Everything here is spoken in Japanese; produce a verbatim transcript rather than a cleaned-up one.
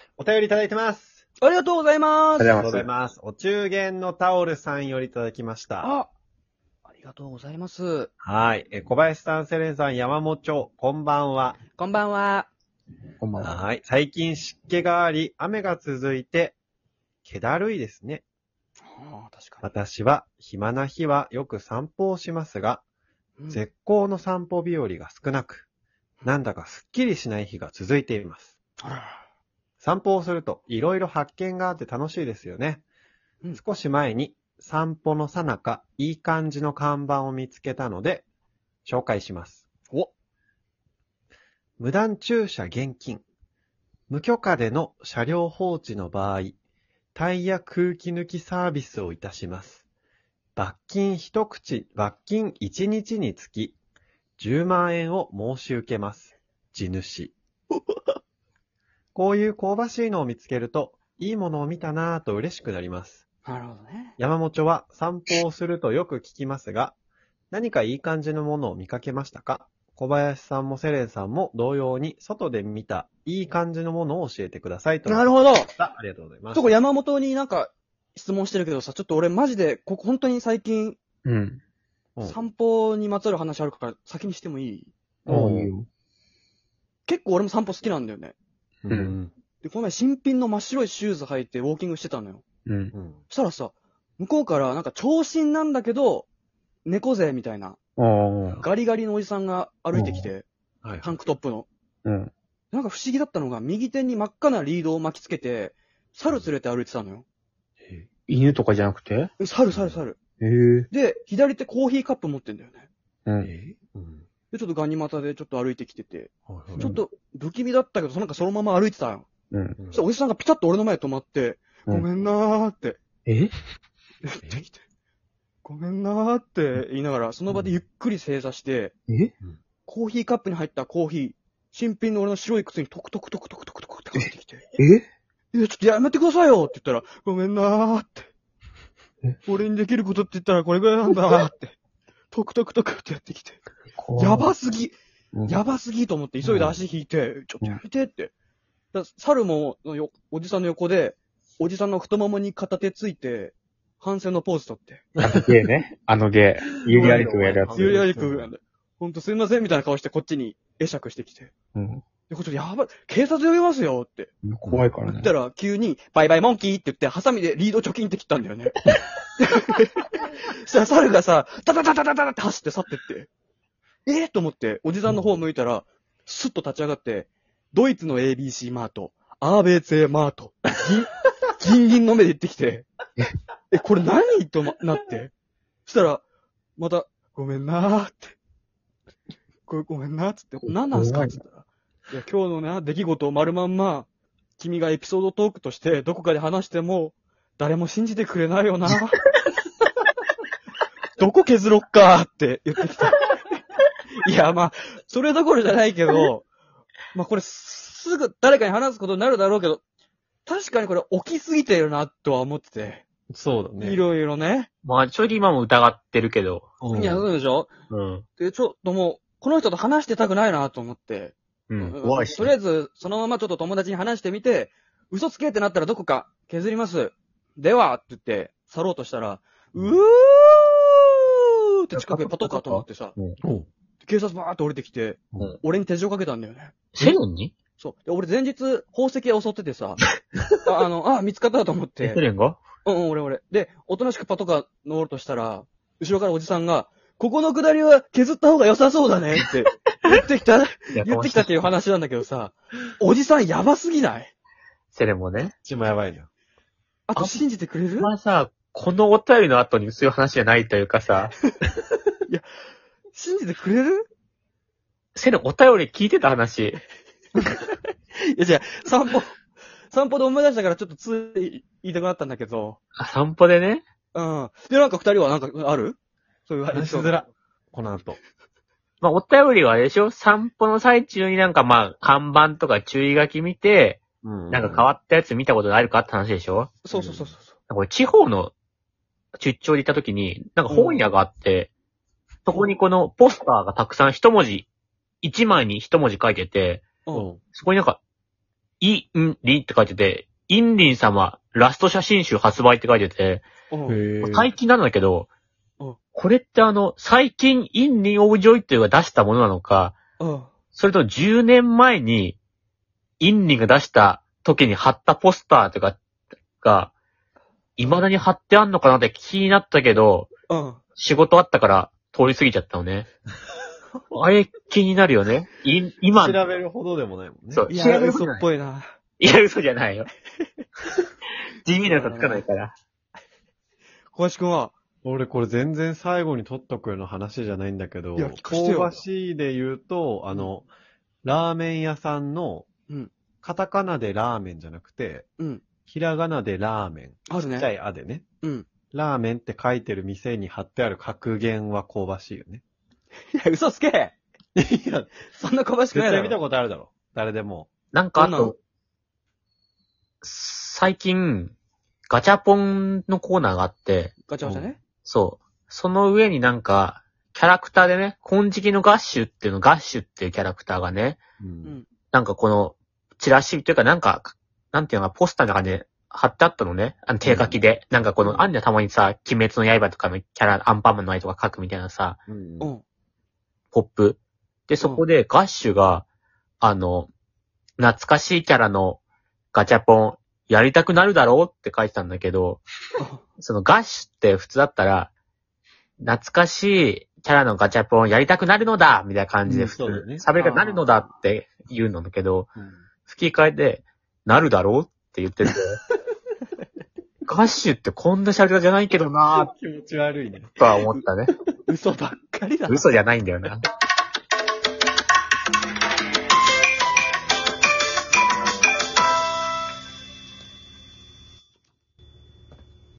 お便りいただいてます。 ありがとうございます。 ありありがとうございます。お中元のタオルさんよりいただきました。 あ、ありがとうございます。 はい。え、小林さん、セレンさん、山本町、こんばんは。 こんばんは。 こんばんは。 はい。最近湿気があり、雨が続いて、気だるいですね。 ああ、確かに。 私は、暇な日はよく散歩をしますが、 うん、 絶好の散歩日和が少なく、なんだかすっきりしない日が続いています。 あら散歩をするといろいろ発見があって楽しいですよね。 うん、 少し前に散歩の最中、いい感じの看板を見つけたので、紹介します。 お無断駐車厳禁。無許可での車両放置の場合、タイヤ空気抜きサービスをいたします。罰金一口、罰金一日につき、じゅうまんえんを申し受けます。地主。こういう香ばしいのを見つけると、いいものを見たなぁと嬉しくなります。 なるほどね。 山本は散歩をするとよく聞きますが、何かいい感じのものを見かけましたか？小林さんもセレンさんも同様に外で見たいい感じのものを教えてくださいと。 なるほど。 ありがとうございます。 そこ山本になんか質問してるけどさ、ちょっと俺マジで、ここ本当に最近、 うん。 うん散歩にまつわる話あるから先にしてもいい？ おういいよ。 結構俺も散歩好きなんだよね。 うん。 で、この前新品の真っ白いシューズ履いてウォーキングしてたのよ。 うん。 うん。 そしたらさ、向こうからなんか長身なんだけど、猫背みたいな、 おー。 ガリガリのおじさんが歩いてきて、 はい。 タンクトップの。 うん。 なんか不思議だったのが、右手に真っ赤なリードを巻きつけて、猿連れて歩いてたのよ。 え犬とかじゃなくて？ え猿、猿、猿。 へえ。 で、左手コーヒーカップ持ってんだよね。 うん。 えうん。 で、ちょっとガニ股でちょっと歩いてきてて、 はいはいちょっと不気味だったけど、なんかそのまま歩いてたよ。 うん。 うんそしたらおじさんがピタッと俺の前に止まって、 うんごめんなーってえ言ってきて、ごめんなーって言いながら、その場でゆっくり正座して、 えコーヒーカップに入ったコーヒー、新品の俺の白い靴にトクトクトクトクトクトクってかけてきて、 えいや、ちょっとやめてくださいよって言ったら、ごめんなーってえ。 俺にできることって言ったらこれぐらいなんだーって。トクトクトクってやってきて。やばすぎやばすぎと思って急いで足引いて、ちょっとやめてって。だ猿もよ、おじさんの横で、おじさんの太ももに片手ついて、反省のポーズ取って。 あのゲーね。あのゲー。ユリアリクがやるやつ。 ゆりありくん、ほんとすいませんみたいな顔してこっちに会釈してきて。 うん。 で、こっちやばい、警察呼びますよって。 怖いからね言っ。たら、急に、バイバイモンキーって言って、ハサミでリードチョキンって切ったんだよね。そしたら猿がさ、タタタタタタって走って去ってって。えー、と思って、おじさんの方向いたら、スッと立ち上がって、ドイツの エービーシー マート、アーベーツェマート、ギン、ギンギンの目で言ってきて、え、これ何となって。そしたら、また、ごめんなーって。これごめんなーっつって、何なんすかっつったら。いや、今日のね、出来事を丸まんま、君がエピソードトークとしてどこかで話しても、誰も信じてくれないよな。どこ削ろっかーって言ってきた。いや、まあ、それどころじゃないけど、まあこれすぐ誰かに話すことになるだろうけど、確かにこれ起きすぎてるなとは思ってて。 そうだね。 いろいろね。 まあ、正直今も疑ってるけど。 うんいや、そうでしょうん。 で、ちょっともう、この人と話してたくないなと思って。 うん。 怖いしとりあえず、そのままちょっと友達に話してみて、嘘つけってなったらどこか削ります。では、って言って、去ろうとしたら、うーって近くでパトカーと思ってさ、 お警察バーって降りてきて、 うん俺に手錠かけたんだよね。 セレンにそう。で俺前日、宝石が襲っててさ、ああの、あ、見つかったと思っえ、セて、 レンがうんうん、俺俺。で、おとなしくパトカー乗ろうとしたら、後ろからおじさんが、ここの下りは削った方が良さそうだねって言ってきた、言ってきたっていう話なんだけどさ、おじさんやばすぎない？ セレンもね。 っちもやばいじゃん。 あと信じてくれる？ まあさ、このお便りの後にそういう話じゃないというかさ、 信じてくれる？ セレンお便り聞いてた話。 いや、じゃあ、散歩、散歩で思い出したからちょっとつい言いたくなったんだけど、 あ、散歩でね。 うん。で、なんか二人はなんかある？そういう話しづら。この後。 まあ、お便りはあれでしょ？散歩の最中になんかまあ、看板とか注意書き見て、 うんなんか変わったやつ見たことあるかって話でしょ？ そうそうそうそう。 これ地方の出張で行った時に、なんか本屋があって、そこにこのポスターがたくさん一文字、一枚に一文字書いてて、 うん。 うん。 そこになんか、 インリンって書いてて、インリン様、ラスト写真集発売って書いてて、 うん。 へー最近なんだけどうん、 これってあの、最近インリン・オブ・ジョイっていうのが出したものなのか、 うん。 それとじゅうねんまえに、インリンが出した時に貼ったポスターとかが、未だに貼ってあんのかなって気になったけど、 うん。 仕事あったから通り過ぎちゃったのね。あれ気になるよね。い今、 調べるほどでもないもんね。 そういや、嘘っぽいな。 いや、嘘じゃないよ。地味な嘘つかないから。 小林くんは、 俺これ全然最後に取っとくような話じゃないんだけど、 いや聞かせてよ香ばしいで言うと、あの、ラーメン屋さんの、 うんカタカナでラーメンじゃなくて、 うん。 ひらがなでラーメン。 あるねちっちゃいあでね。 うん。 ラーメンって書いてる店に貼ってある格言は香ばしいよね。 いや、嘘つけいや、 そんな小林くんやろ。 絶対見たことあるだろ。誰でも。 なんかあどんなのと、最近、ガチャポンのコーナーがあって、 ガチャガチャね。 そう。その上になんか、キャラクターでね、金色のガッシュっていうの、ガッシュっていうキャラクターがね、 う。 うんん。 なんかこの、チラシというかなんか、なんていうのか、ポスターの中で貼ってあったのね。あの手書きで。なんかこの、あんじゃたまにさ、鬼滅の刃とかのキャラ、アンパンマンの愛とか書くみたいなさ、 うんう。ん。 ポップ。で、そこでガッシュが、あの、懐かしいキャラのガチャポン、やりたくなるだろうって書いてたんだけど、そのガッシュって普通だったら、懐かしいキャラのガチャポンやりたくなるのだみたいな感じで普通、 うんそうだね喋り方なるのだって言うんだけど、 うん吹き替えで、なるだろうって言ってて、ガッシュってこんな喋り方じゃないけどな気持ち悪いね。 ぁとは思ったね。 嘘ばっかりだ。 嘘じゃないんだよな。